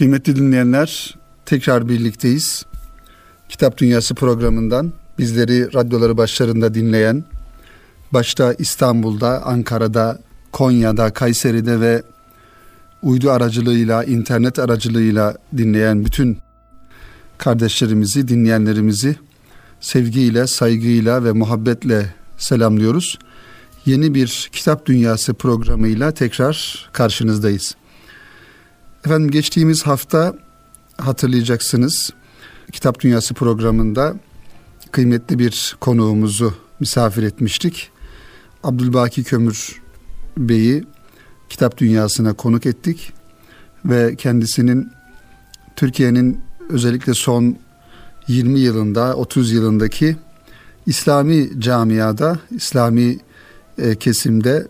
Kıymetli dinleyenler, tekrar birlikteyiz. Kitap Dünyası programından bizleri radyoları başlarında dinleyen, başta İstanbul'da, Ankara'da, Konya'da, Kayseri'de ve uydu aracılığıyla, internet aracılığıyla dinleyen bütün kardeşlerimizi, dinleyenlerimizi sevgiyle, saygıyla ve muhabbetle selamlıyoruz. Yeni bir Kitap Dünyası programıyla tekrar karşınızdayız. Efendim, geçtiğimiz hafta hatırlayacaksınız, Kitap Dünyası programında kıymetli bir konuğumuzu misafir etmiştik. Abdülbaki Kömür Bey'i Kitap Dünyası'na konuk ettik ve kendisinin Türkiye'nin özellikle son 20 yılında, 30 yılındaki İslami camiada, İslami kesimde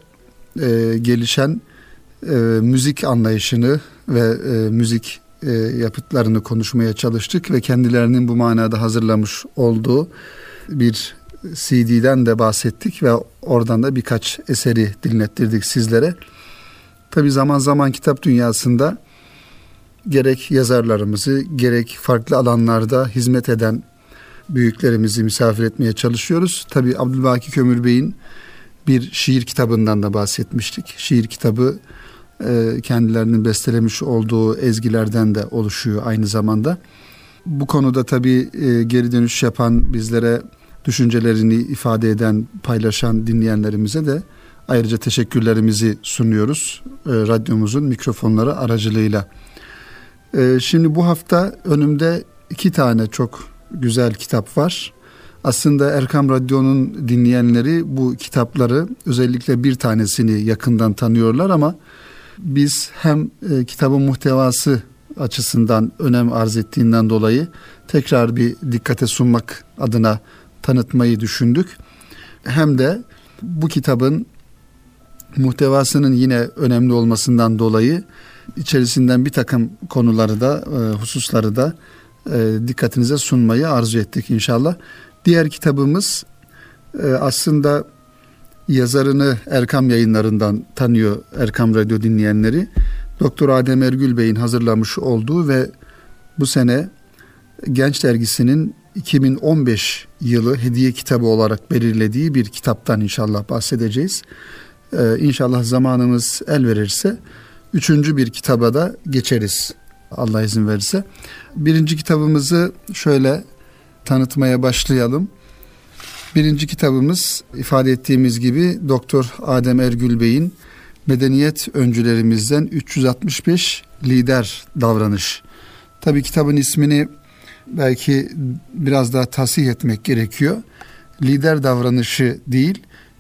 gelişen müzik anlayışını ve müzik yapıtlarını konuşmaya çalıştık ve kendilerinin bu manada hazırlamış olduğu bir CD'den de bahsettik ve oradan da birkaç eseri dinlettirdik sizlere. Tabii zaman zaman Kitap Dünyası'nda gerek yazarlarımızı, gerek farklı alanlarda hizmet eden büyüklerimizi misafir etmeye çalışıyoruz. Tabii Abdülbaki Kömür Bey'in bir şiir kitabından da bahsetmiştik. Şiir kitabı kendilerinin bestelemiş olduğu ezgilerden de oluşuyor aynı zamanda. Bu konuda tabii geri dönüş yapan, bizlere düşüncelerini ifade eden, paylaşan dinleyenlerimize de ayrıca teşekkürlerimizi sunuyoruz radyomuzun mikrofonları aracılığıyla. Şimdi bu hafta önümde 2 tane çok güzel kitap var. Aslında Erkam Radyo'nun dinleyenleri bu kitapları, özellikle bir tanesini yakından tanıyorlar ama biz hem kitabın muhtevası açısından önem arz ettiğinden dolayı tekrar bir dikkate sunmak adına tanıtmayı düşündük. Hem de bu kitabın muhtevasının yine önemli olmasından dolayı içerisinden bir takım konuları da, hususları da dikkatinize sunmayı arzu ettik inşallah. Diğer kitabımız aslında yazarını Erkam Yayınları'ndan tanıyor Erkam Radyo dinleyenleri. Doktor Adem Ergül Bey'in hazırlamış olduğu ve bu sene Genç Dergisi'nin 2015 yılı hediye kitabı olarak belirlediği bir kitaptan inşallah bahsedeceğiz. İnşallah zamanımız el verirse 3. bir kitaba da geçeriz, Allah izin verirse. 1. kitabımızı şöyle tanıtmaya başlayalım. 1. kitabımız, ifade ettiğimiz gibi, Doktor Adem Ergül Bey'in Medeniyet Öncülerimizden 365 Lider Davranış. Tabii kitabın ismini belki biraz daha tasih etmek gerekiyor. Lider davranışı değil,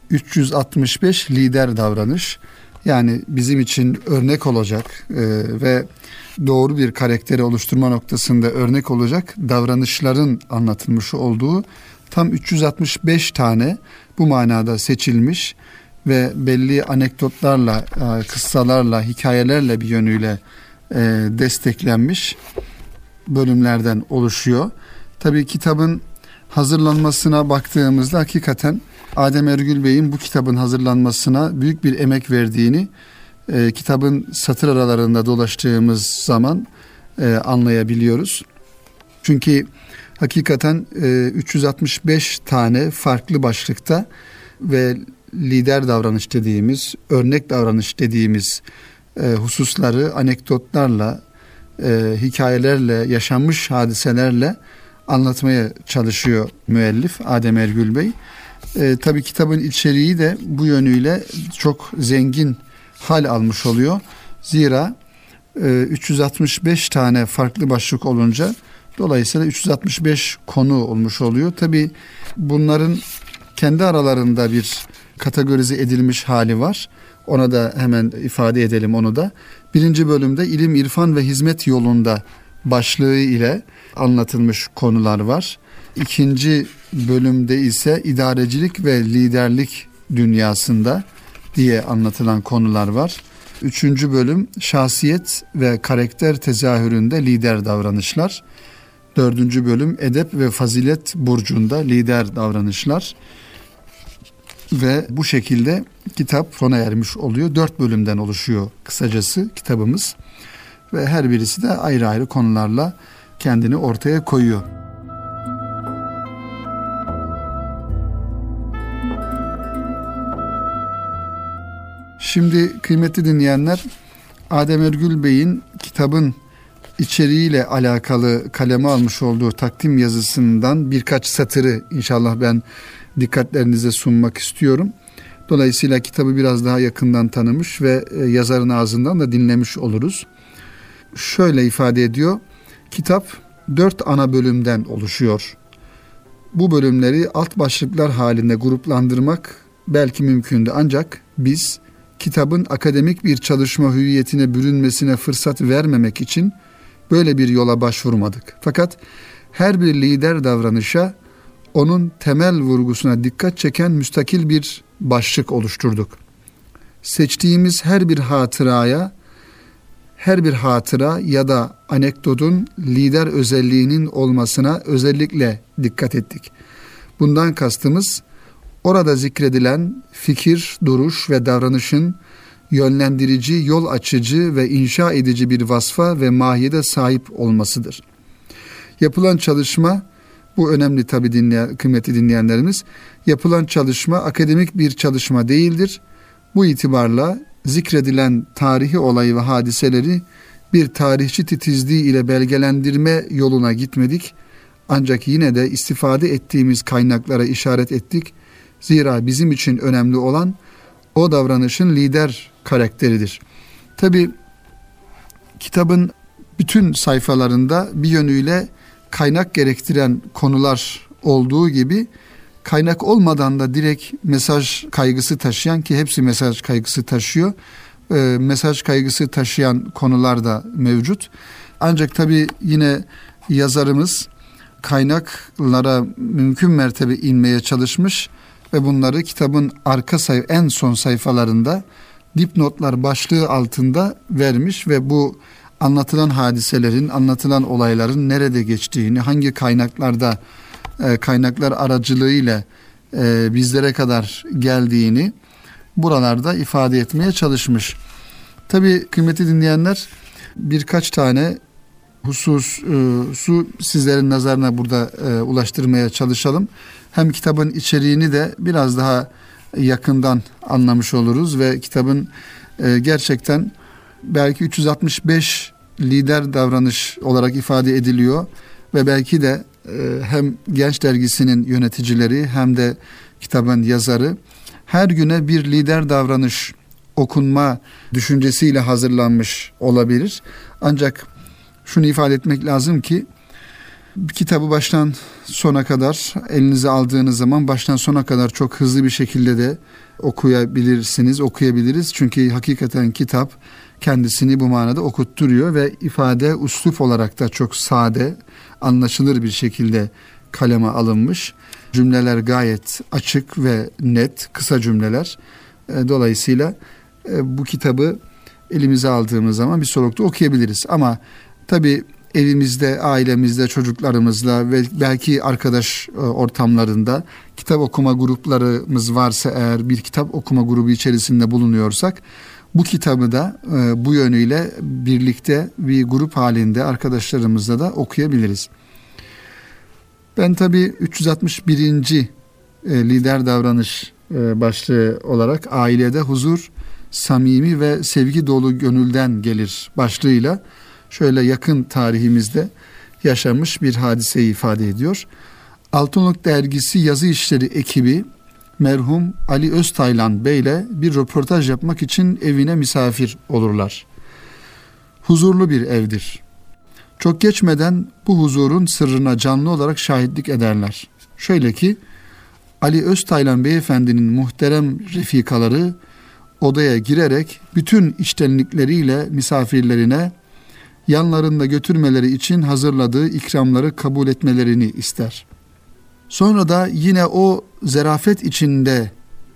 365 lider davranış. Yani bizim için örnek olacak ve doğru bir karakteri oluşturma noktasında örnek olacak davranışların anlatılmış olduğu tam 365 tane bu manada seçilmiş ve belli anekdotlarla, kıssalarla, hikayelerle bir yönüyle desteklenmiş bölümlerden oluşuyor. Tabii kitabın hazırlanmasına baktığımızda hakikaten Adem Ergül Bey'in bu kitabın hazırlanmasına büyük bir emek verdiğini kitabın satır aralarında dolaştığımız zaman anlayabiliyoruz. Çünkü hakikaten 365 tane farklı başlıkta ve lider davranış dediğimiz, örnek davranış dediğimiz hususları anekdotlarla, hikayelerle, yaşanmış hadiselerle anlatmaya çalışıyor müellif Adem Ergül Bey. Tabii kitabın içeriği de bu yönüyle çok zengin hal almış oluyor. Zira 365 tane farklı başlık olunca dolayısıyla 365 konu olmuş oluyor. Tabii bunların kendi aralarında bir kategorize edilmiş hali var. Ona da hemen ifade edelim onu da. 1. bölümde ilim, irfan ve hizmet yolunda başlığı ile anlatılmış konular var. 2. bölümde ise idarecilik ve liderlik dünyasında diye anlatılan konular var. 3. bölüm şahsiyet ve karakter tezahüründe lider davranışlar. 4. bölüm edep ve fazilet burcunda lider davranışlar. Ve bu şekilde kitap sona ermiş oluyor. 4 bölümden oluşuyor kısacası kitabımız. ve her birisi de ayrı ayrı konularla kendini ortaya koyuyor. Şimdi kıymetli dinleyenler, Adem Ergül Bey'in kitabın içeriğiyle alakalı kaleme almış olduğu takdim yazısından birkaç satırı inşallah ben dikkatlerinize sunmak istiyorum. Dolayısıyla kitabı biraz daha yakından tanımış ve yazarın ağzından da dinlemiş oluruz. Şöyle ifade ediyor: kitap 4 ana bölümden oluşuyor. Bu bölümleri alt başlıklar halinde gruplandırmak belki mümkündü, ancak biz kitabın akademik bir çalışma hüviyetine bürünmesine fırsat vermemek için böyle bir yola başvurmadık. Fakat her bir lider davranışa, onun temel vurgusuna dikkat çeken müstakil bir başlık oluşturduk. Seçtiğimiz her bir hatıra ya da anekdotun lider özelliğinin olmasına özellikle dikkat ettik. Bundan kastımız, orada zikredilen fikir, duruş ve davranışın yönlendirici, yol açıcı ve inşa edici bir vasfa ve mahiyete sahip olmasıdır. Yapılan çalışma, bu önemli tabii kıymetli dinleyenlerimiz, yapılan çalışma akademik bir çalışma değildir. Bu itibarla zikredilen tarihi olay ve hadiseleri bir tarihçi titizliği ile belgelendirme yoluna gitmedik. Ancak yine de istifade ettiğimiz kaynaklara işaret ettik. Zira bizim için önemli olan o davranışın lider karakteridir. Tabii kitabın bütün sayfalarında bir yönüyle kaynak gerektiren konular olduğu gibi, kaynak olmadan da direkt mesaj kaygısı taşıyan, ki hepsi mesaj kaygısı taşıyor, mesaj kaygısı taşıyan konular da mevcut. Ancak tabii yine yazarımız kaynaklara mümkün mertebe inmeye çalışmış ve bunları kitabın en son sayfalarında dipnotlar başlığı altında vermiş ve bu anlatılan hadiselerin, anlatılan olayların nerede geçtiğini, hangi kaynaklar aracılığıyla bizlere kadar geldiğini buralarda ifade etmeye çalışmış. Tabii kıymetli dinleyenler, birkaç tane hususu sizlerin nazarına burada ulaştırmaya çalışalım. Hem kitabın içeriğini de biraz daha yakından anlamış oluruz ve kitabın gerçekten belki 365 lider davranış olarak ifade ediliyor ve belki de hem Genç Dergisi'nin yöneticileri hem de kitabın yazarı her güne bir lider davranış okunma düşüncesiyle hazırlanmış olabilir. Ancak şunu ifade etmek lazım ki kitabı baştan sona kadar elinize aldığınız zaman baştan sona kadar çok hızlı bir şekilde de okuyabiliriz. Çünkü hakikaten kitap kendisini bu manada okutturuyor ve ifade üslup olarak da çok sade, anlaşılır bir şekilde kaleme alınmış. Cümleler gayet açık ve net, kısa cümleler. Dolayısıyla bu kitabı elimize aldığımız zaman bir solukta okuyabiliriz. Ama tabii evimizde, ailemizde, çocuklarımızla ve belki arkadaş ortamlarında kitap okuma gruplarımız varsa, eğer bir kitap okuma grubu içerisinde bulunuyorsak, bu kitabı da bu yönüyle birlikte bir grup halinde arkadaşlarımızla da okuyabiliriz. Ben tabii 361. lider davranış başlığı olarak ailede huzur, samimi ve sevgi dolu gönülden gelir başlığıyla şöyle yakın tarihimizde yaşamış bir hadiseyi ifade ediyor. Altınoluk Dergisi yazı işleri ekibi merhum Ali Öztaylan Bey'le bir röportaj yapmak için evine misafir olurlar. Huzurlu bir evdir. Çok geçmeden bu huzurun sırrına canlı olarak şahitlik ederler. Şöyle ki, Ali Öztaylan Beyefendinin muhterem refikaları odaya girerek bütün içtenlikleriyle misafirlerine yanlarında götürmeleri için hazırladığı ikramları kabul etmelerini ister. Sonra da yine o zarafet içinde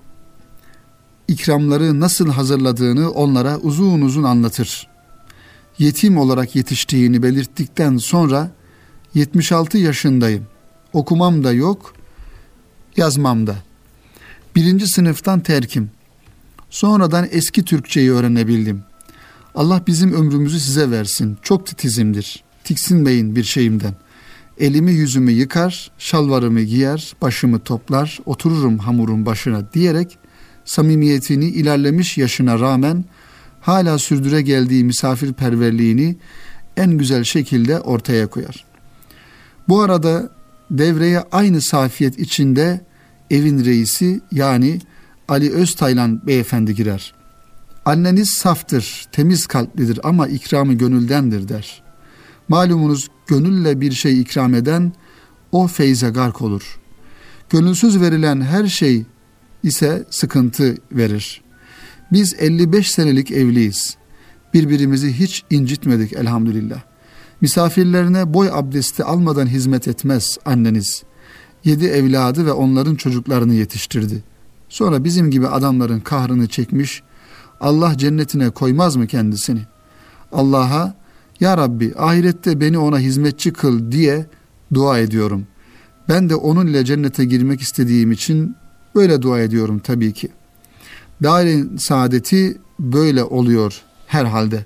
ikramları nasıl hazırladığını onlara uzun uzun anlatır. Yetim olarak yetiştiğini belirttikten sonra 76 yaşındayım. Okumam da yok, yazmam da. 1. sınıftan terkim. Sonradan eski Türkçeyi öğrenebildim. Allah bizim ömrümüzü size versin. Çok titizimdir. Tiksinmeyin bir şeyimden. Elimi yüzümü yıkar, şalvarımı giyer, başımı toplar, otururum hamurun başına diyerek samimiyetini ilerlemiş yaşına rağmen hala sürdüre geldiği misafirperverliğini en güzel şekilde ortaya koyar. Bu arada devreye aynı safiyet içinde evin reisi yani Ali Öztaylan beyefendi girer. Anneniz saftır, temiz kalplidir ama ikramı gönüldendir der. Malumunuz gönülle bir şey ikram eden o feyze gark olur. Gönülsüz verilen her şey ise sıkıntı verir. Biz 55 senelik evliyiz. Birbirimizi hiç incitmedik elhamdülillah. Misafirlerine boy abdesti almadan hizmet etmez anneniz. 7 evladı ve onların çocuklarını yetiştirdi. Sonra bizim gibi adamların kahrını çekmiş, Allah cennetine koymaz mı kendisini? Allah'a, ya Rabbi ahirette beni ona hizmetçi kıl diye dua ediyorum. Ben de onunla cennete girmek istediğim için böyle dua ediyorum tabii ki. Daire-i saadeti böyle oluyor herhalde.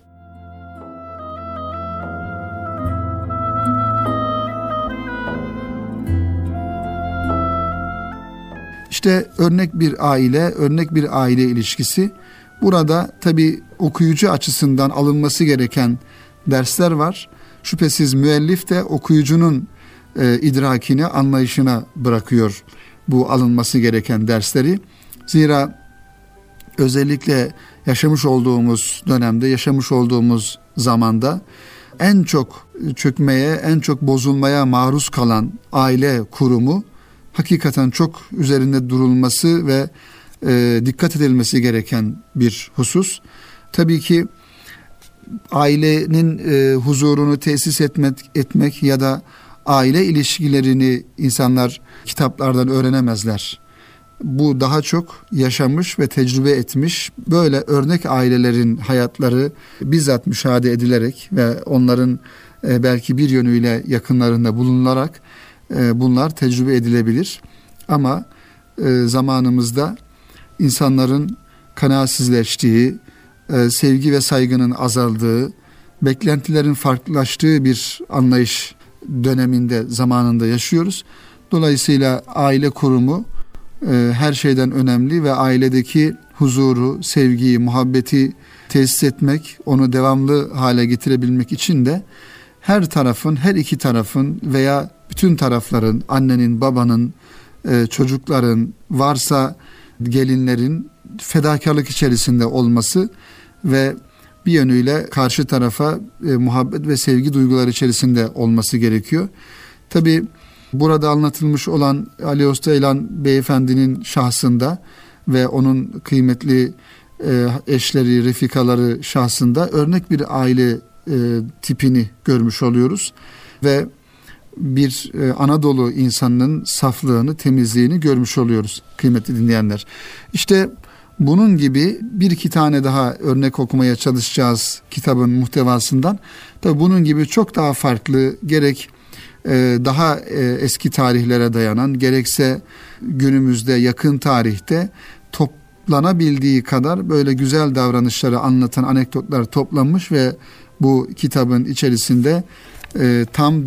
İşte örnek bir aile ilişkisi. Burada tabii okuyucu açısından alınması gereken dersler var. Şüphesiz müellif de okuyucunun idrakine, anlayışına bırakıyor bu alınması gereken dersleri. Zira özellikle yaşamış olduğumuz dönemde, yaşamış olduğumuz zamanda en çok çökmeye, en çok bozulmaya maruz kalan aile kurumu hakikaten çok üzerinde durulması ve dikkat edilmesi gereken bir husus. Tabii ki ailenin huzurunu tesis etmek ya da aile ilişkilerini insanlar kitaplardan öğrenemezler. Bu daha çok yaşamış ve tecrübe etmiş böyle örnek ailelerin hayatları bizzat müşahede edilerek ve onların belki bir yönüyle yakınlarında bulunularak bunlar tecrübe edilebilir. Ama zamanımızda insanların kanaatsizleştiği, sevgi ve saygının azaldığı, beklentilerin farklılaştığı bir anlayış döneminde, zamanında yaşıyoruz. Dolayısıyla aile kurumu her şeyden önemli ve ailedeki huzuru, sevgiyi, muhabbeti tesis etmek, onu devamlı hale getirebilmek için de her tarafın, her iki tarafın veya bütün tarafların, annenin, babanın, çocukların, varsa gelinlerin fedakarlık içerisinde olması ve bir yönüyle karşı tarafa muhabbet ve sevgi duyguları içerisinde olması gerekiyor. Tabii burada anlatılmış olan Ali Öztaylan beyefendinin şahsında ve onun kıymetli eşleri, refikaları şahsında örnek bir aile tipini görmüş oluyoruz ve bir Anadolu insanının saflığını, temizliğini görmüş oluyoruz kıymetli dinleyenler. İşte bunun gibi bir iki tane daha örnek okumaya çalışacağız kitabın muhtevasından. Tabii bunun gibi çok daha farklı, gerek daha eski tarihlere dayanan, gerekse günümüzde yakın tarihte toplanabildiği kadar böyle güzel davranışları anlatan anekdotlar toplanmış ve bu kitabın içerisinde tam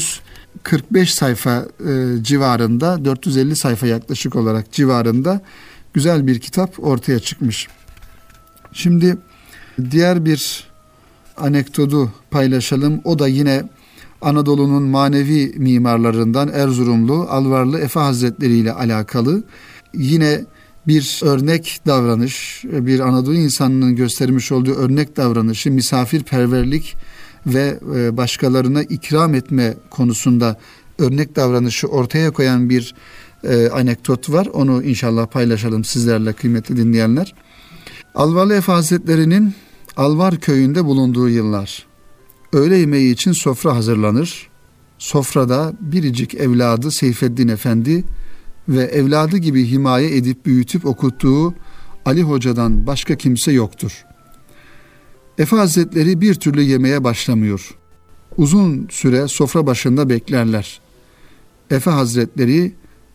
445 sayfa civarında, 450 sayfa yaklaşık olarak civarında güzel bir kitap ortaya çıkmış. Şimdi diğer bir anekdotu paylaşalım. O da yine Anadolu'nun manevi mimarlarından Erzurumlu Alvarlı Efe Hazretleri ile alakalı. Yine bir örnek davranış, bir Anadolu insanının göstermiş olduğu örnek davranışı, misafirperverlik ve başkalarına ikram etme konusunda örnek davranışı ortaya koyan bir anekdot var. Onu inşallah paylaşalım sizlerle kıymetli dinleyenler. Alvarlı Efe Hazretleri'nin Alvar köyünde bulunduğu yıllar. Öğle yemeği için sofra hazırlanır. Sofrada biricik evladı Seyfeddin Efendi ve evladı gibi himaye edip büyütüp okuttuğu Ali Hoca'dan başka kimse yoktur. Efe Hazretleri bir türlü yemeğe başlamıyor. Uzun süre sofra başında beklerler. Efe Hazretleri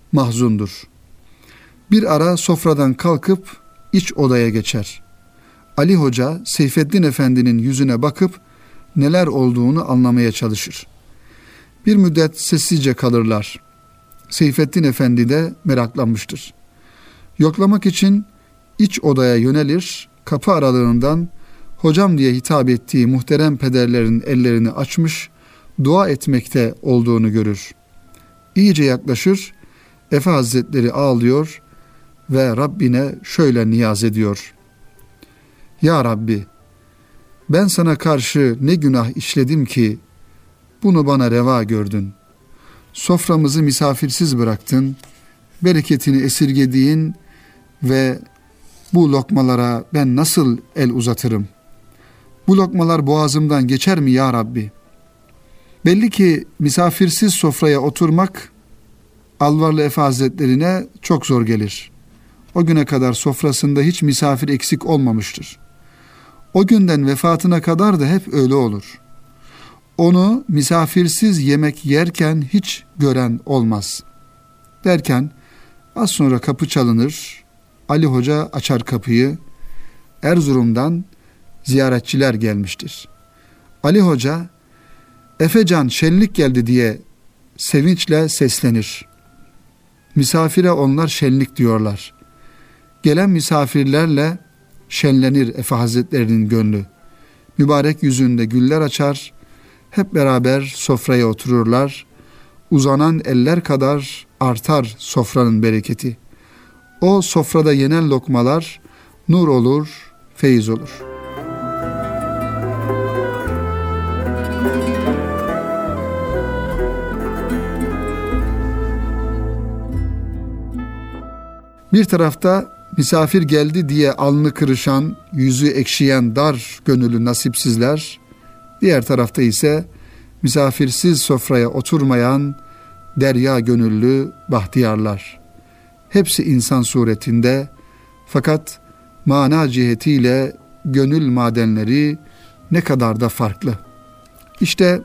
mahzundur. Bir ara sofradan kalkıp iç odaya geçer. Ali Hoca Seyfettin Efendi'nin yüzüne bakıp neler olduğunu anlamaya çalışır. Bir müddet sessizce kalırlar. Seyfettin Efendi de meraklanmıştır. Yoklamak için iç odaya yönelir, kapı aralığından hocam diye hitap ettiği muhterem pederlerin ellerini açmış, dua etmekte olduğunu görür. İyice yaklaşır, Efe Hazretleri ağlıyor ve Rabbine şöyle niyaz ediyor. Ya Rabbi, ben sana karşı ne günah işledim ki bunu bana reva gördün. Soframızı misafirsiz bıraktın, bereketini esirgediğin ve bu lokmalara ben nasıl el uzatırım? Bu lokmalar boğazımdan geçer mi ya Rabbi? Belli ki misafirsiz sofraya oturmak Alvarlı Efe Hazretlerine çok zor gelir. O güne kadar sofrasında hiç misafir eksik olmamıştır. O günden vefatına kadar da hep öyle olur. Onu misafirsiz yemek yerken hiç gören olmaz. Derken az sonra kapı çalınır. Ali Hoca açar kapıyı. Erzurum'dan ziyaretçiler gelmiştir. Ali Hoca, Efecan şenlik geldi diye sevinçle seslenir. Misafire onlar şenlik diyorlar. Gelen misafirlerle şenlenir Efe Hazretlerinin gönlü. Mübarek yüzünde güller açar, hep beraber sofraya otururlar. Uzanan eller kadar artar sofranın bereketi. O sofrada yenen lokmalar nur olur, feyiz olur. Bir tarafta misafir geldi diye alnı kırışan, yüzü ekşiyen dar gönüllü nasipsizler, diğer tarafta ise misafirsiz sofraya oturmayan derya gönüllü bahtiyarlar. Hepsi insan suretinde, fakat mana cihetiyle gönül madenleri ne kadar da farklı. İşte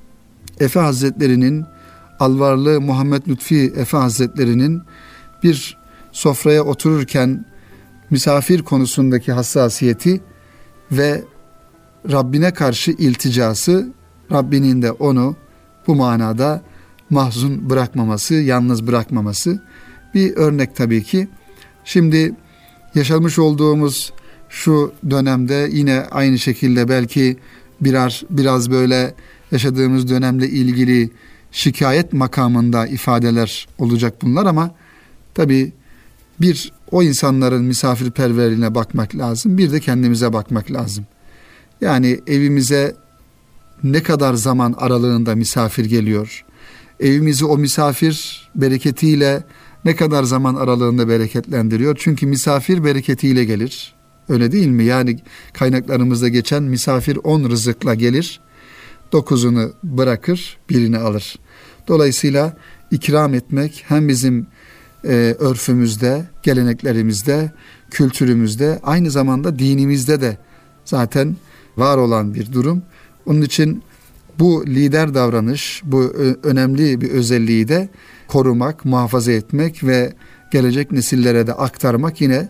Efe Hazretleri'nin, Alvarlı Muhammed Lütfi Efe Hazretleri'nin bir sofraya otururken misafir konusundaki hassasiyeti ve Rabbine karşı ilticası, Rabbinin de onu bu manada mahzun bırakmaması, yalnız bırakmaması bir örnek tabii ki. Şimdi yaşamış olduğumuz şu dönemde yine aynı şekilde belki biraz böyle yaşadığımız dönemle ilgili şikayet makamında ifadeler olacak bunlar, ama tabii bir o insanların misafirperverliğine bakmak lazım, bir de kendimize bakmak lazım. Yani evimize ne kadar zaman aralığında misafir geliyor? Evimizi o misafir bereketiyle ne kadar zaman aralığında bereketlendiriyor? Çünkü misafir bereketiyle gelir. Öyle değil mi? Yani kaynaklarımızda geçen misafir 10 rızıkla gelir, 9'unu bırakır, birini alır. Dolayısıyla ikram etmek hem bizim örfümüzde, geleneklerimizde, kültürümüzde, aynı zamanda dinimizde de zaten var olan bir durum. Onun için bu lider davranış, bu önemli bir özelliği de korumak, muhafaza etmek ve gelecek nesillere de aktarmak yine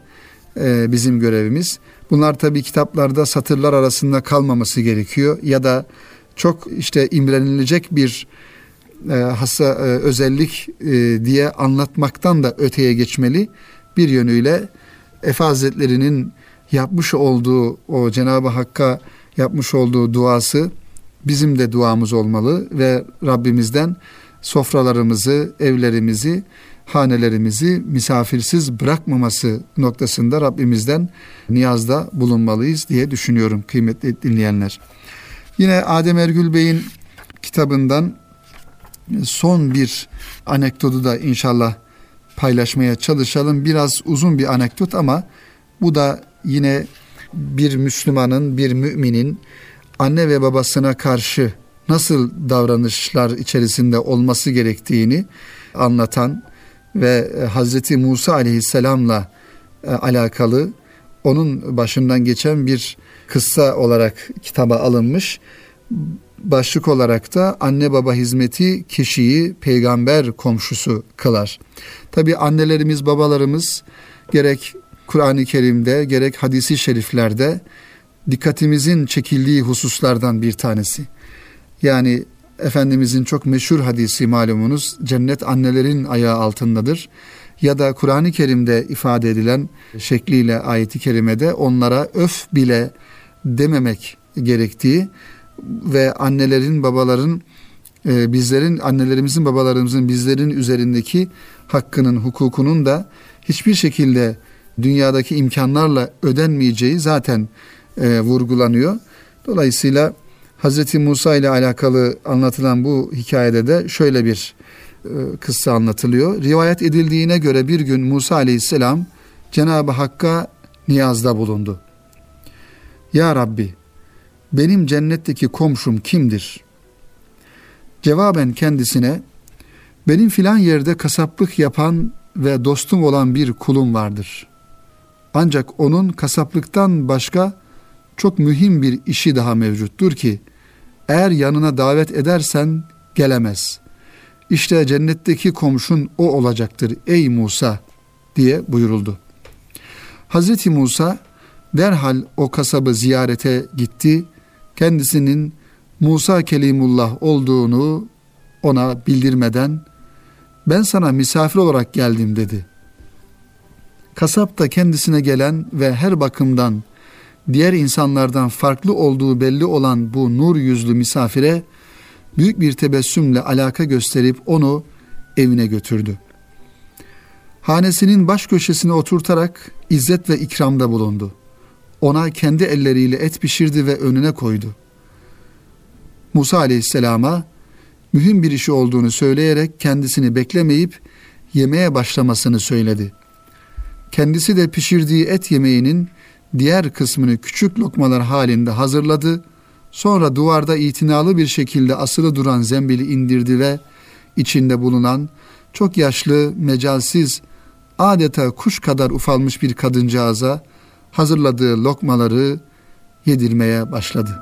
bizim görevimiz. Bunlar tabii kitaplarda satırlar arasında kalmaması gerekiyor ya da çok imrenilecek bir özellik diye anlatmaktan da öteye geçmeli. Bir yönüyle Efe Hazretleri'nin yapmış olduğu, o Cenab-ı Hakk'a yapmış olduğu duası bizim de duamız olmalı ve Rabbimizden sofralarımızı, evlerimizi, hanelerimizi misafirsiz bırakmaması noktasında Rabbimizden niyazda bulunmalıyız diye düşünüyorum kıymetli dinleyenler. Yine Adem Ergül Bey'in kitabından son bir anekdotu da inşallah paylaşmaya çalışalım. Biraz uzun bir anekdot ama bu da yine bir Müslümanın, bir müminin anne ve babasına karşı nasıl davranışlar içerisinde olması gerektiğini anlatan ve Hazreti Musa Aleyhisselam'la alakalı onun başından geçen bir kıssa olarak kitaba alınmış. Başlık olarak da anne baba hizmeti kişiyi peygamber komşusu kılar. Tabii annelerimiz, babalarımız gerek Kur'an-ı Kerim'de gerek hadisi şeriflerde dikkatimizin çekildiği hususlardan bir tanesi. Yani Efendimizin çok meşhur hadisi malumunuz, cennet annelerin ayağı altındadır. Ya da Kur'an-ı Kerim'de ifade edilen şekliyle ayet-i kerimede onlara öf bile dememek gerektiği ve annelerin, babaların, annelerimizin, babalarımızın bizlerin üzerindeki hakkının, hukukunun da hiçbir şekilde dünyadaki imkanlarla ödenmeyeceği zaten vurgulanıyor. Dolayısıyla Hazreti Musa ile alakalı anlatılan bu hikayede de şöyle bir kıssa anlatılıyor. Rivayet edildiğine göre bir gün Musa aleyhisselam Cenab-ı Hakk'a niyazda bulundu. Ya Rabbi, benim cennetteki komşum kimdir? Cevaben kendisine, benim filan yerde kasaplık yapan ve dostum olan bir kulum vardır. Ancak onun kasaplıktan başka çok mühim bir işi daha mevcuttur ki, eğer yanına davet edersen gelemez. İşte cennetteki komşun o olacaktır ey Musa diye buyuruldu. Hazreti Musa derhal o kasabı ziyarete gitti. Kendisinin Musa Kelimullah olduğunu ona bildirmeden ben sana misafir olarak geldim dedi. Kasap da kendisine gelen ve her bakımdan diğer insanlardan farklı olduğu belli olan bu nur yüzlü misafire büyük bir tebessümle alaka gösterip onu evine götürdü. Hanesinin baş köşesine oturtarak izzet ve ikramda bulundu. Ona kendi elleriyle et pişirdi ve önüne koydu. Musa aleyhisselama mühim bir işi olduğunu söyleyerek kendisini beklemeyip yemeğe başlamasını söyledi. Kendisi de pişirdiği et yemeğinin diğer kısmını küçük lokmalar halinde hazırladı. Sonra duvarda itinalı bir şekilde asılı duran zembili indirdi ve içinde bulunan çok yaşlı, mecalsiz, adeta kuş kadar ufalmış bir kadıncağıza hazırladığı lokmaları yedirmeye başladı.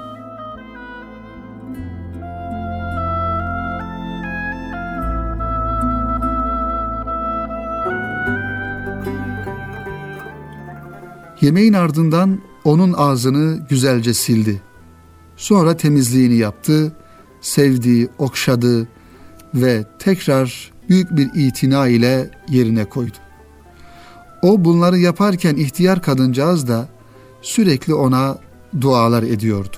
Yemeğin ardından onun ağzını güzelce sildi. Sonra temizliğini yaptı, sevdi, okşadı ve tekrar büyük bir itina ile yerine koydu. O bunları yaparken ihtiyar kadıncağız da sürekli ona dualar ediyordu.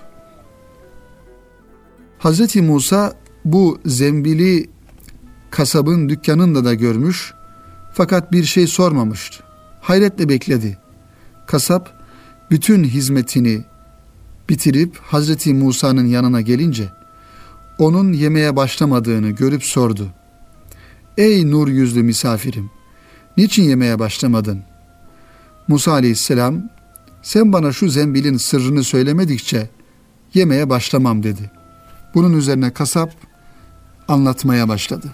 Hazreti Musa bu zembili kasabın dükkanında da görmüş fakat bir şey sormamıştı. Hayretle bekledi. Kasap bütün hizmetini bitirip Hazreti Musa'nın yanına gelince onun yemeğe başlamadığını görüp sordu. Ey nur yüzlü misafirim, niçin yemeğe başlamadın? Musa aleyhisselam, sen bana şu zembilin sırrını söylemedikçe yemeğe başlamam dedi. Bunun üzerine kasap anlatmaya başladı.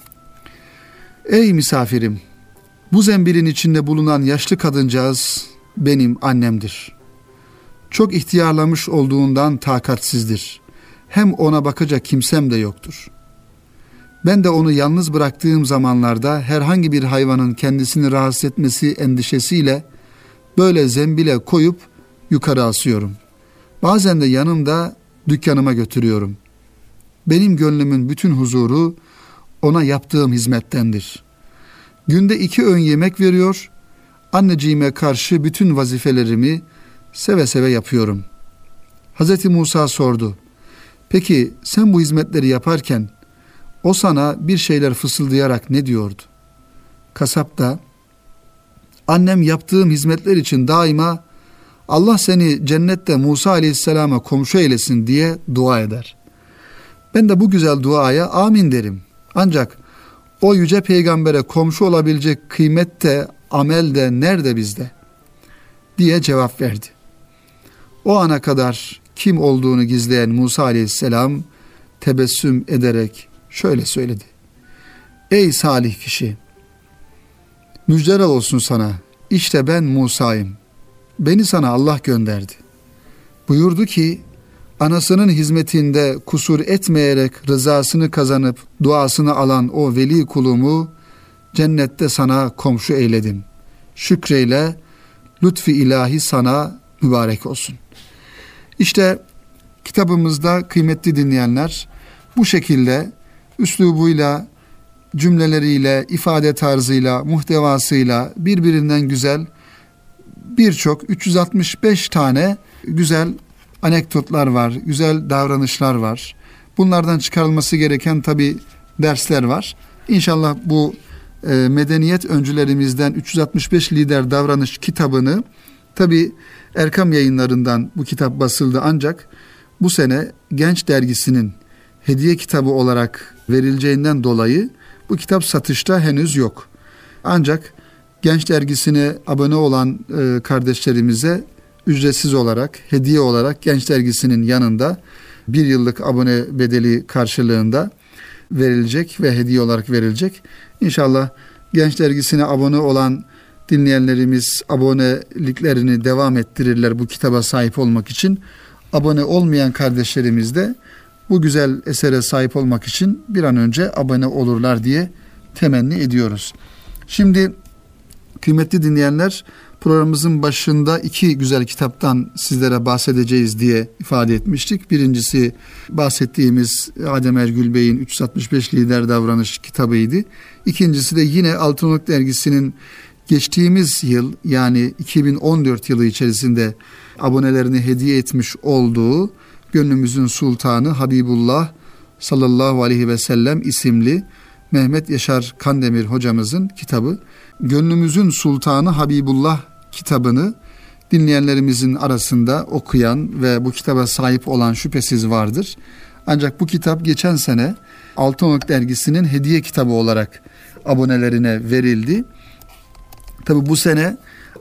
Ey misafirim, bu zembilin içinde bulunan yaşlı kadıncağız benim annemdir. Çok ihtiyarlamış olduğundan takatsizdir. Hem ona bakacak kimsem de yoktur. Ben de onu yalnız bıraktığım zamanlarda herhangi bir hayvanın kendisini rahatsız etmesi endişesiyle böyle zembile koyup yukarı asıyorum. Bazen de yanımda dükkanıma götürüyorum. Benim gönlümün bütün huzuru ona yaptığım hizmettendir. Günde 2 öğün yemek veriyor, anneciğime karşı bütün vazifelerimi seve seve yapıyorum. Hazreti Musa sordu. Peki sen bu hizmetleri yaparken o sana bir şeyler fısıldayarak ne diyordu? Kasap da annem yaptığım hizmetler için daima Allah seni cennette Musa aleyhisselama komşu eylesin diye dua eder. Ben de bu güzel duaya amin derim. Ancak o yüce peygambere komşu olabilecek kıymet de amel de nerede bizde? Diye cevap verdi. O ana kadar kim olduğunu gizleyen Musa aleyhisselam tebessüm ederek şöyle söyledi. Ey salih kişi! Müjdeler olsun sana. İşte ben Musa'yım. Beni sana Allah gönderdi. Buyurdu ki, anasının hizmetinde kusur etmeyerek rızasını kazanıp duasını alan o veli kulumu cennette sana komşu eyledim. Şükreyle lütfi ilahi sana mübarek olsun. İşte kitabımızda kıymetli dinleyenler bu şekilde üslubuyla, cümleleriyle, ifade tarzıyla, muhtevasıyla birbirinden güzel birçok 365 tane güzel anekdotlar var, güzel davranışlar var. Bunlardan çıkarılması gereken tabii dersler var. İnşallah bu medeniyet öncülerimizden 365 lider davranış kitabını tabii Erkam Yayınları'ndan bu kitap basıldı ancak bu sene Genç Dergisi'nin hediye kitabı olarak verileceğinden dolayı bu kitap satışta henüz yok. Ancak Genç Dergisi'ne abone olan kardeşlerimize ücretsiz olarak, hediye olarak Genç Dergisi'nin yanında 1 yıllık abone bedeli karşılığında verilecek ve hediye olarak verilecek. İnşallah Genç Dergisi'ne abone olan dinleyenlerimiz aboneliklerini devam ettirirler bu kitaba sahip olmak için. Abone olmayan kardeşlerimiz de bu güzel esere sahip olmak için bir an önce abone olurlar diye temenni ediyoruz. Şimdi kıymetli dinleyenler, programımızın başında 2 güzel kitaptan sizlere bahsedeceğiz diye ifade etmiştik. Birincisi bahsettiğimiz Adem Ergül Bey'in 365 Lider Davranış kitabıydı. İkincisi de yine Altınoluk Dergisi'nin geçtiğimiz yıl yani 2014 yılı içerisinde abonelerini hediye etmiş olduğu Gönlümüzün Sultanı Habibullah sallallahu aleyhi ve sellem isimli Mehmet Yaşar Kandemir hocamızın kitabı. Gönlümüzün Sultanı Habibullah kitabını dinleyenlerimizin arasında okuyan ve bu kitaba sahip olan şüphesiz vardır. Ancak bu kitap geçen sene Altınoluk Dergisi'nin hediye kitabı olarak abonelerine verildi. Tabi bu sene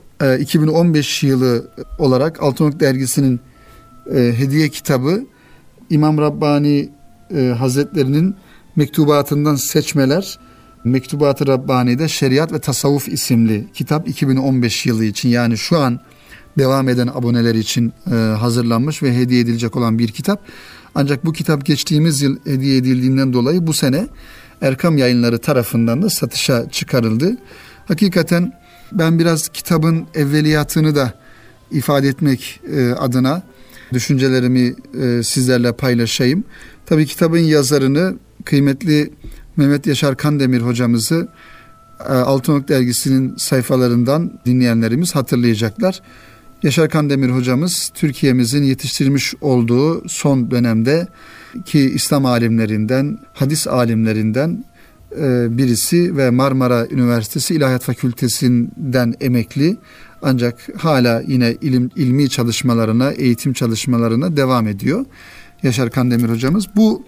2015 yılı olarak Altınoluk Dergisi'nin hediye kitabı İmam Rabbani Hazretlerinin mektubatından seçmeler, Mektubat-ı Rabbani'de Şeriat ve Tasavvuf isimli kitap 2015 yılı için yani şu an devam eden aboneler için hazırlanmış ve hediye edilecek olan bir kitap. Ancak bu kitap geçtiğimiz yıl hediye edildiğinden dolayı bu sene Erkam Yayınları tarafından da satışa çıkarıldı. Hakikaten ben biraz kitabın evveliyatını da ifade etmek adına düşüncelerimi sizlerle paylaşayım. Tabii kitabın yazarını kıymetli Mehmet Yaşar Kandemir hocamızı Altınoluk Dergisi'nin sayfalarından dinleyenlerimiz hatırlayacaklar. Yaşar Kandemir hocamız Türkiye'mizin yetiştirmiş olduğu son dönemde ki İslam alimlerinden, hadis alimlerinden birisi ve Marmara Üniversitesi İlahiyat Fakültesinden emekli ancak hala yine ilmi çalışmalarına, eğitim çalışmalarına devam ediyor Yaşar Kandemir hocamız. Bu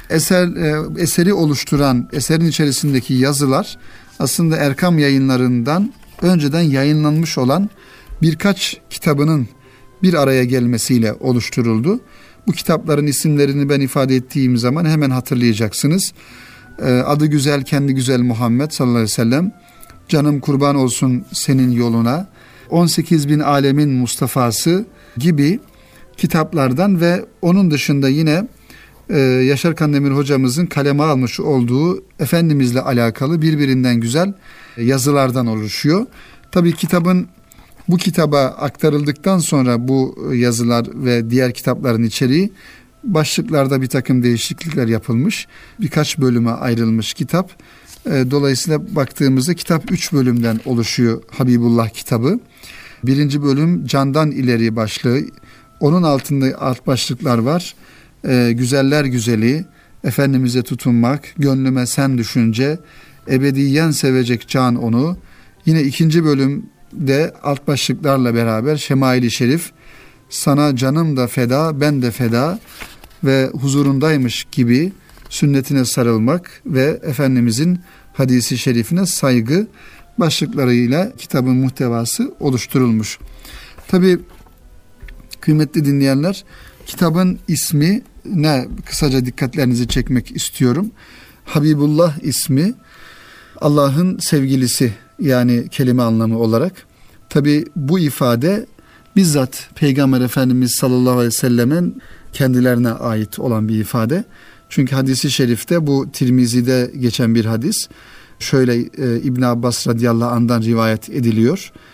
eseri oluşturan, eserin içerisindeki yazılar aslında Erkam Yayınları'ndan önceden yayınlanmış olan birkaç kitabının bir araya gelmesiyle oluşturuldu. Bu kitapların isimlerini ben ifade ettiğim zaman hemen hatırlayacaksınız. Adı güzel, kendi güzel Muhammed sallallahu aleyhi ve sellem, Canım kurban olsun senin yoluna, 18 bin alemin Mustafa'sı gibi kitaplardan ve onun dışında yine Yaşar Kandemir hocamızın kaleme almış olduğu Efendimizle alakalı birbirinden güzel yazılardan oluşuyor. Tabii bu kitaba aktarıldıktan sonra bu yazılar ve diğer kitapların içeriği başlıklarda bir takım değişiklikler yapılmış. Birkaç bölüme ayrılmış kitap. Dolayısıyla baktığımızda kitap 3 bölümden oluşuyor Habibullah kitabı. 1. bölüm Candan İleri başlığı. Onun altında alt başlıklar var. Güzeller güzeli, Efendimiz'e tutunmak, gönlüme sen düşünce, ebediyen sevecek can onu. Yine 2. bölümde alt başlıklarla beraber Şemail-i Şerif, sana canım da feda, ben de feda ve huzurundaymış gibi sünnetine sarılmak ve Efendimizin hadisi şerifine saygı başlıklarıyla kitabın muhtevası oluşturulmuş. Tabii kıymetli dinleyenler, kitabın ismi ne? Kısaca dikkatlerinizi çekmek istiyorum. Habibullah ismi Allah'ın sevgilisi yani kelime anlamı olarak. Tabii bu ifade bizzat Peygamber Efendimiz sallallahu aleyhi ve sellemin kendilerine ait olan bir ifade. Çünkü hadisi şerifte bu Tirmizi'de geçen bir hadis. Şöyle İbn Abbas radıyallahu anh'dan rivayet ediliyor.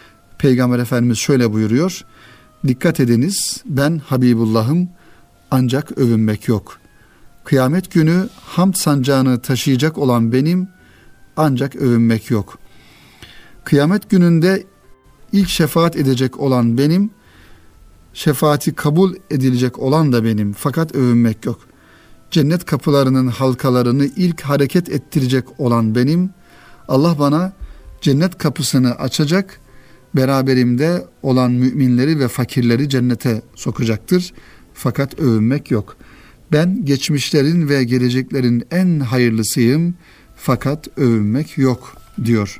Peygamber Efendimiz şöyle buyuruyor. Dikkat ediniz, ben Habibullah'ım, ancak övünmek yok. Kıyamet günü hamd sancağını taşıyacak olan benim, ancak övünmek yok. Kıyamet gününde ilk şefaat edecek olan benim, şefaati kabul edilecek olan da benim, fakat övünmek yok. Cennet kapılarının halkalarını ilk hareket ettirecek olan benim, Allah bana cennet kapısını açacak, beraberimde olan müminleri ve fakirleri cennete sokacaktır. Fakat övünmek yok. Ben geçmişlerin ve geleceklerin en hayırlısıyım, fakat övünmek yok diyor.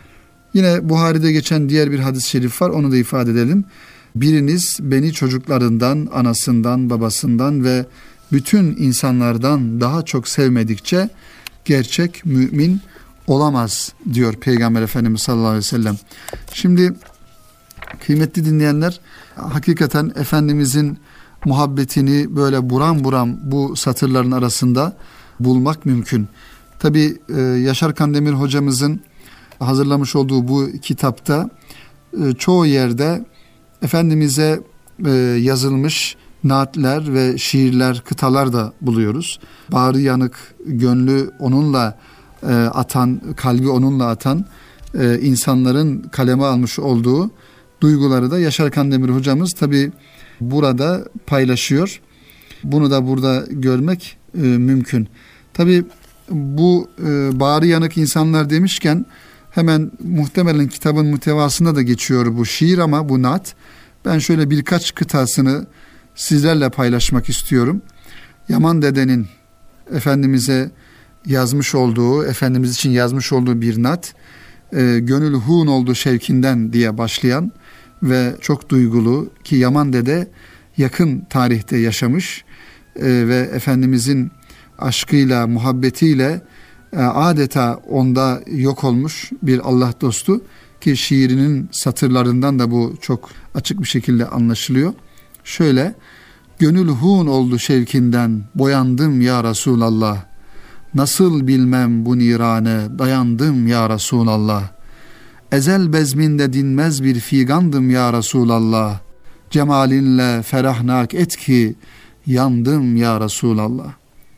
Yine Buhari'de geçen diğer bir hadis-i şerif var, onu da ifade edelim. Biriniz beni çocuklarından, anasından, babasından ve bütün insanlardan daha çok sevmedikçe gerçek mümin olamaz diyor Peygamber Efendimiz sallallahu aleyhi ve sellem. Şimdi kıymetli dinleyenler, hakikaten Efendimizin muhabbetini böyle buram buram bu satırların arasında bulmak mümkün. Tabi Yaşar Kandemir hocamızın hazırlamış olduğu bu kitapta çoğu yerde Efendimiz'e yazılmış naatler ve şiirler, kıtalar da buluyoruz. Bağrı yanık, gönlü onunla atan, kalbi onunla atan insanların kaleme almış olduğu duyguları da Yaşar Kandemir hocamız tabi burada paylaşıyor. Bunu da burada görmek mümkün. Tabi bu bağrı yanık insanlar demişken hemen muhtemelen kitabın muhtevasında da geçiyor bu şiir, ama bu naat. Ben şöyle birkaç kıtasını sizlerle paylaşmak istiyorum. Yaman dedenin Efendimiz'e yazmış olduğu, Efendimiz için yazmış olduğu bir naat, gönül hun oldu şevkinden diye başlayan ve çok duygulu, ki Yaman dede yakın tarihte yaşamış ve Efendimizin aşkıyla, muhabbetiyle adeta onda yok olmuş bir Allah dostu, ki şiirinin satırlarından da bu çok açık bir şekilde anlaşılıyor. Şöyle: gönül hun oldu şevkinden, boyandım ya Resulallah. Nasıl bilmem bu nirane, dayandım ya Resulallah. Ezel bezminde dinmez bir figandım ya Resulallah. Cemalinle ferahnak et ki, yandım ya Resulallah.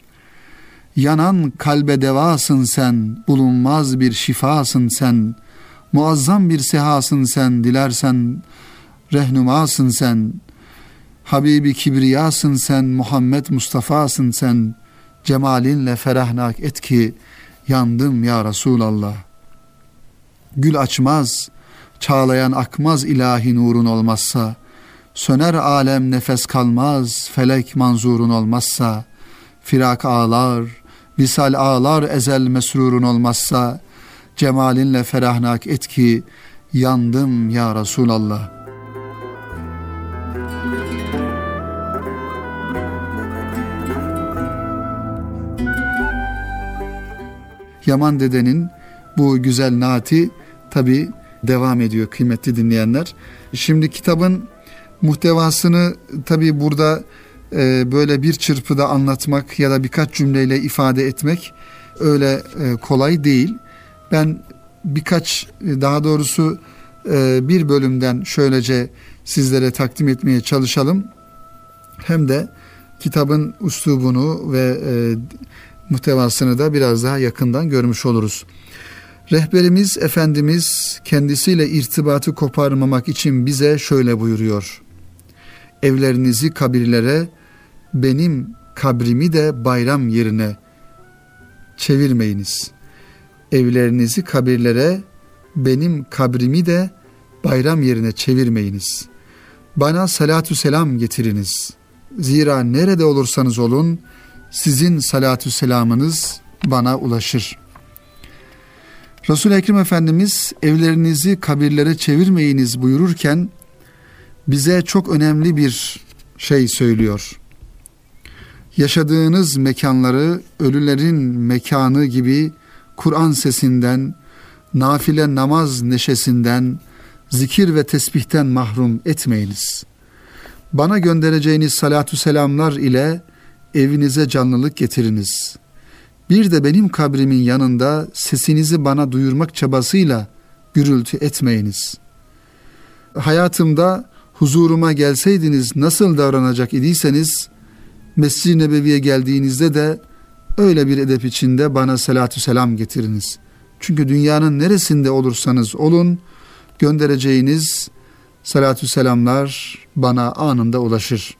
Yanan kalbe devasın sen, bulunmaz bir şifasın sen. Muazzam bir sehasın sen, dilersen rehnumasın sen. Habibi kibriyasın sen, Muhammed Mustafa'sın sen. Cemalinle ferahnak et ki, yandım ya Resulallah. Gül açmaz, çağlayan akmaz ilahi nurun olmazsa. Söner alem nefes kalmaz, felek manzurun olmazsa. Firak ağlar, visal ağlar ezel mesrurun olmazsa. Cemalinle ferahnak et ki, yandım ya Resulallah. Yaman dedenin bu güzel naati tabi devam ediyor kıymetli dinleyenler. Şimdi kitabın muhtevasını tabi burada böyle bir çırpıda anlatmak ya da birkaç cümleyle ifade etmek öyle kolay değil. Ben birkaç, daha doğrusu bir bölümden şöylece sizlere takdim etmeye çalışalım. Hem de kitabın üslubunu ve muhtevasını da biraz daha yakından görmüş oluruz. Rehberimiz Efendimiz kendisiyle irtibatı koparmamak için bize şöyle buyuruyor: evlerinizi kabirlere, benim kabrimi de bayram yerine çevirmeyiniz. Evlerinizi kabirlere, benim kabrimi de bayram yerine çevirmeyiniz. Bana salatü selam getiriniz. Zira nerede olursanız olun, sizin salatü selamınız bana ulaşır. Resul-i Ekrem Efendimiz evlerinizi kabirlere çevirmeyiniz buyururken bize çok önemli bir şey söylüyor. Yaşadığınız mekanları ölülerin mekanı gibi Kur'an sesinden, nafile namaz neşesinden, zikir ve tesbihten mahrum etmeyiniz. Bana göndereceğiniz salatü selamlar ile evinize canlılık getiriniz. Bir de benim kabrimin yanında sesinizi bana duyurmak çabasıyla gürültü etmeyiniz. hayatımda huzuruma gelseydiniz nasıl davranacak idiyseniz, Mescid-i Nebevi'ye geldiğinizde de öyle bir edep içinde bana salatü selam getiriniz. Çünkü dünyanın neresinde olursanız olun, göndereceğiniz salatü selamlar bana anında ulaşır.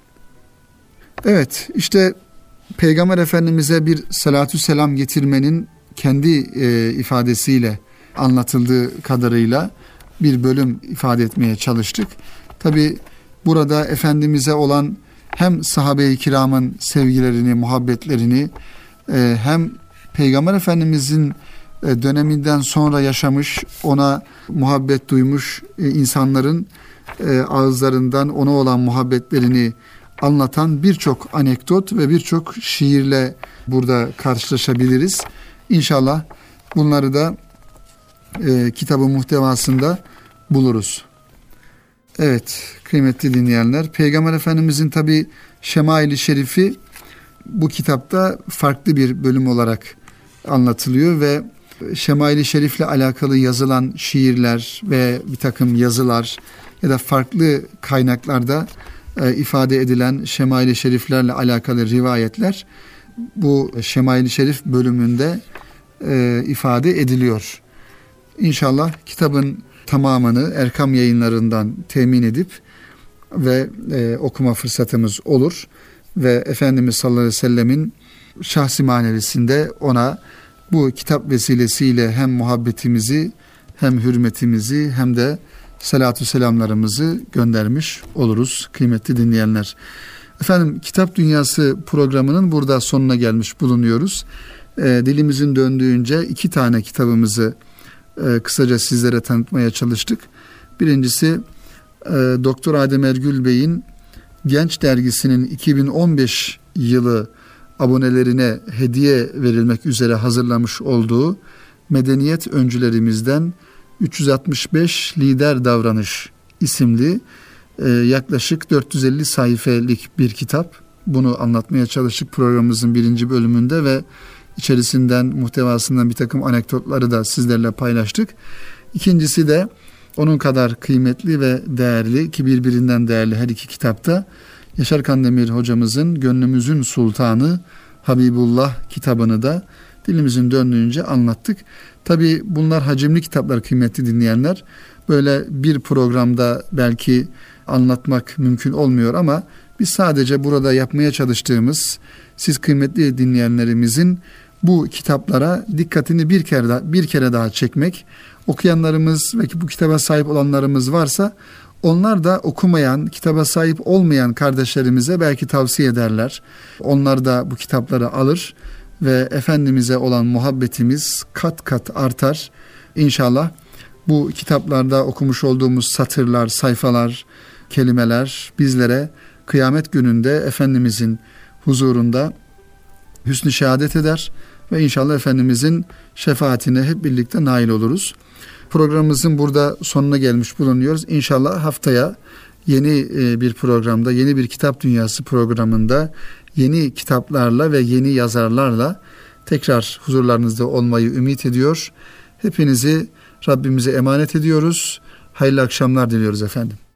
Evet, işte Peygamber Efendimiz'e bir salatü selam getirmenin kendi ifadesiyle anlatıldığı kadarıyla bir bölüm ifade etmeye çalıştık. Tabi burada Efendimiz'e olan hem sahabe-i kiramın sevgilerini, muhabbetlerini, hem Peygamber Efendimiz'in döneminden sonra yaşamış, ona muhabbet duymuş insanların ağızlarından ona olan muhabbetlerini anlatan birçok anekdot ve birçok şiirle burada karşılaşabiliriz. İnşallah bunları da kitabın muhtevasında buluruz. Evet, kıymetli dinleyenler, Peygamber Efendimizin tabi Şemail-i Şerifi bu kitapta farklı bir bölüm olarak anlatılıyor ve Şemail-i Şerif'le alakalı yazılan şiirler ve bir takım yazılar ya da farklı kaynaklarda ifade edilen Şemail-i Şeriflerle alakalı rivayetler bu Şemail-i Şerif bölümünde ifade ediliyor. İnşallah kitabın tamamını Erkam Yayınları'ndan temin edip ve okuma fırsatımız olur ve Efendimiz sallallahu aleyhi ve sellemin şahsi manevisinde ona bu kitap vesilesiyle hem muhabbetimizi hem hürmetimizi hem de salatü selamlarımızı göndermiş oluruz kıymetli dinleyenler. Efendim, Kitap Dünyası programının burada sonuna gelmiş bulunuyoruz. Dilimizin döndüğünce 2 tane kitabımızı kısaca sizlere tanıtmaya çalıştık. Birincisi Doktor Adem Ergül Bey'in Genç Dergisi'nin 2015 yılı abonelerine hediye verilmek üzere hazırlamış olduğu Medeniyet Öncülerimizden 365 Lider Davranış isimli yaklaşık 450 sayfelik bir kitap. Bunu anlatmaya çalıştık programımızın 1. bölümünde ve içerisinden, muhtevasından bir takım anekdotları da sizlerle paylaştık. İkincisi de onun kadar kıymetli ve değerli ki birbirinden değerli her iki kitapta Yaşar Kandemir hocamızın Gönlümüzün Sultanı Habibullah kitabını da dilimizin döndüğünce anlattık. Tabii bunlar hacimli kitaplar kıymetli dinleyenler. Böyle bir programda belki anlatmak mümkün olmuyor ama biz sadece burada yapmaya çalıştığımız, siz kıymetli dinleyenlerimizin bu kitaplara dikkatini bir kere daha çekmek. Okuyanlarımız ve bu kitaba sahip olanlarımız varsa onlar da okumayan, kitaba sahip olmayan kardeşlerimize belki tavsiye ederler. Onlar da bu kitapları alır ve Efendimiz'e olan muhabbetimiz kat kat artar. İnşallah bu kitaplarda okumuş olduğumuz satırlar, sayfalar, kelimeler bizlere kıyamet gününde Efendimiz'in huzurunda hüsnü şehadet eder ve inşallah Efendimiz'in şefaatine hep birlikte nail oluruz. Programımızın burada sonuna gelmiş bulunuyoruz. İnşallah haftaya yeni bir programda, yeni bir Kitap Dünyası programında yeni kitaplarla ve yeni yazarlarla tekrar huzurlarınızda olmayı ümit ediyor. Hepinizi Rabbimize emanet ediyoruz. Hayırlı akşamlar diliyoruz efendim.